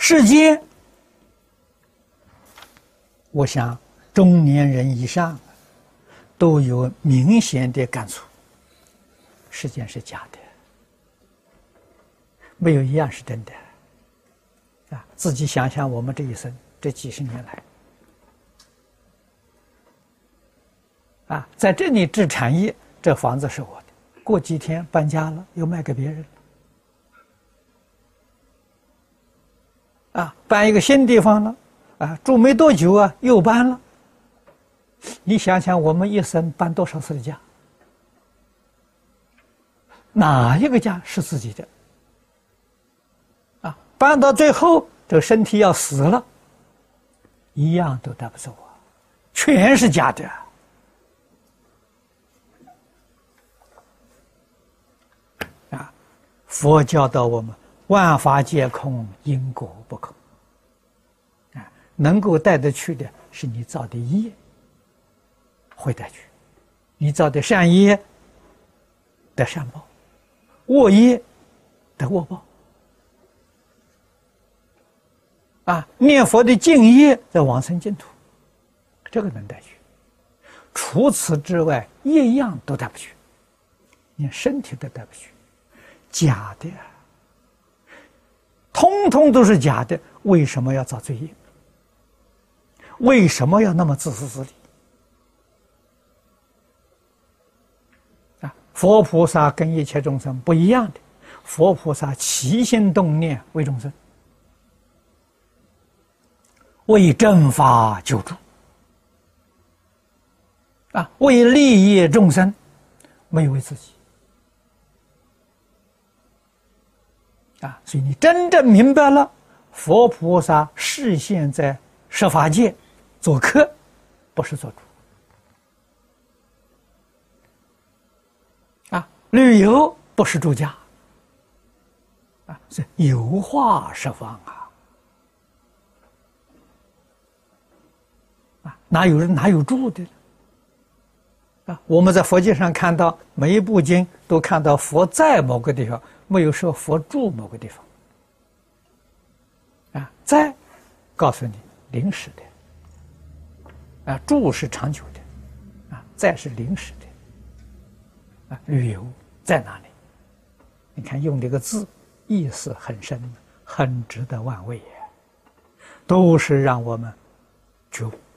世间，我想中年人以上都有明显的感触：世间是假的，没有一样是真的。啊，自己想想，我们这一生这几十年来，啊，在这里置产业，这房子是我的，过几天搬家了，又卖给别人了。啊，搬一个新地方了，啊，住没多久啊，又搬了。你想想，我们一生搬多少次的家？哪一个家是自己的？啊，搬到最后，这个身体要死了，一样都带不走啊，全是假的。啊，佛教导我们。万法皆空，因果不空。啊，能够带得去的是你造的业，会带去；你造的善业得善报，恶业得恶报。啊，念佛的净业在往生净土，这个能带去。除此之外，一样都带不去，连身体都带不去，假的。通通都是假的，为什么要造罪业？为什么要那么自私自利？啊，佛菩萨跟一切众生不一样的，佛菩萨起心动念为众生，为正法救助，啊，为利益众生，没有为自己。啊，所以你真正明白了，佛菩萨示现在十法界做客，不是做主。啊，旅游不是住家，啊，是游化十方啊！啊，哪有住的呢？啊，我们在佛经上看到，每一部经都看到佛在某个地方。没有说佛住某个地方，啊，在告诉你临时的，啊，住是长久的，啊，在是临时的，啊，旅游在哪里？你看用这个字，意思很深，很值得玩味也，都是让我们觉悟。